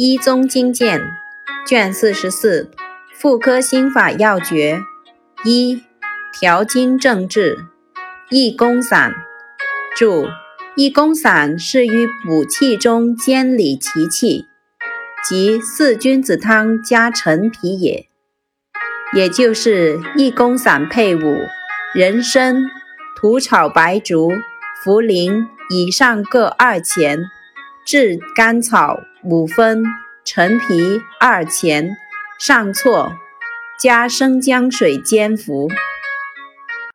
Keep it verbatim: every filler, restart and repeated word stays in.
医宗经鉴卷四十四妇科心法要诀一调经正治益功散注益功散是于补气中兼理其气，即四君子汤加陈皮也，也就是益功散配伍人参、土炒白术、茯苓以上各二钱，炙甘草五分，陈皮二钱，上错，加生姜水煎服。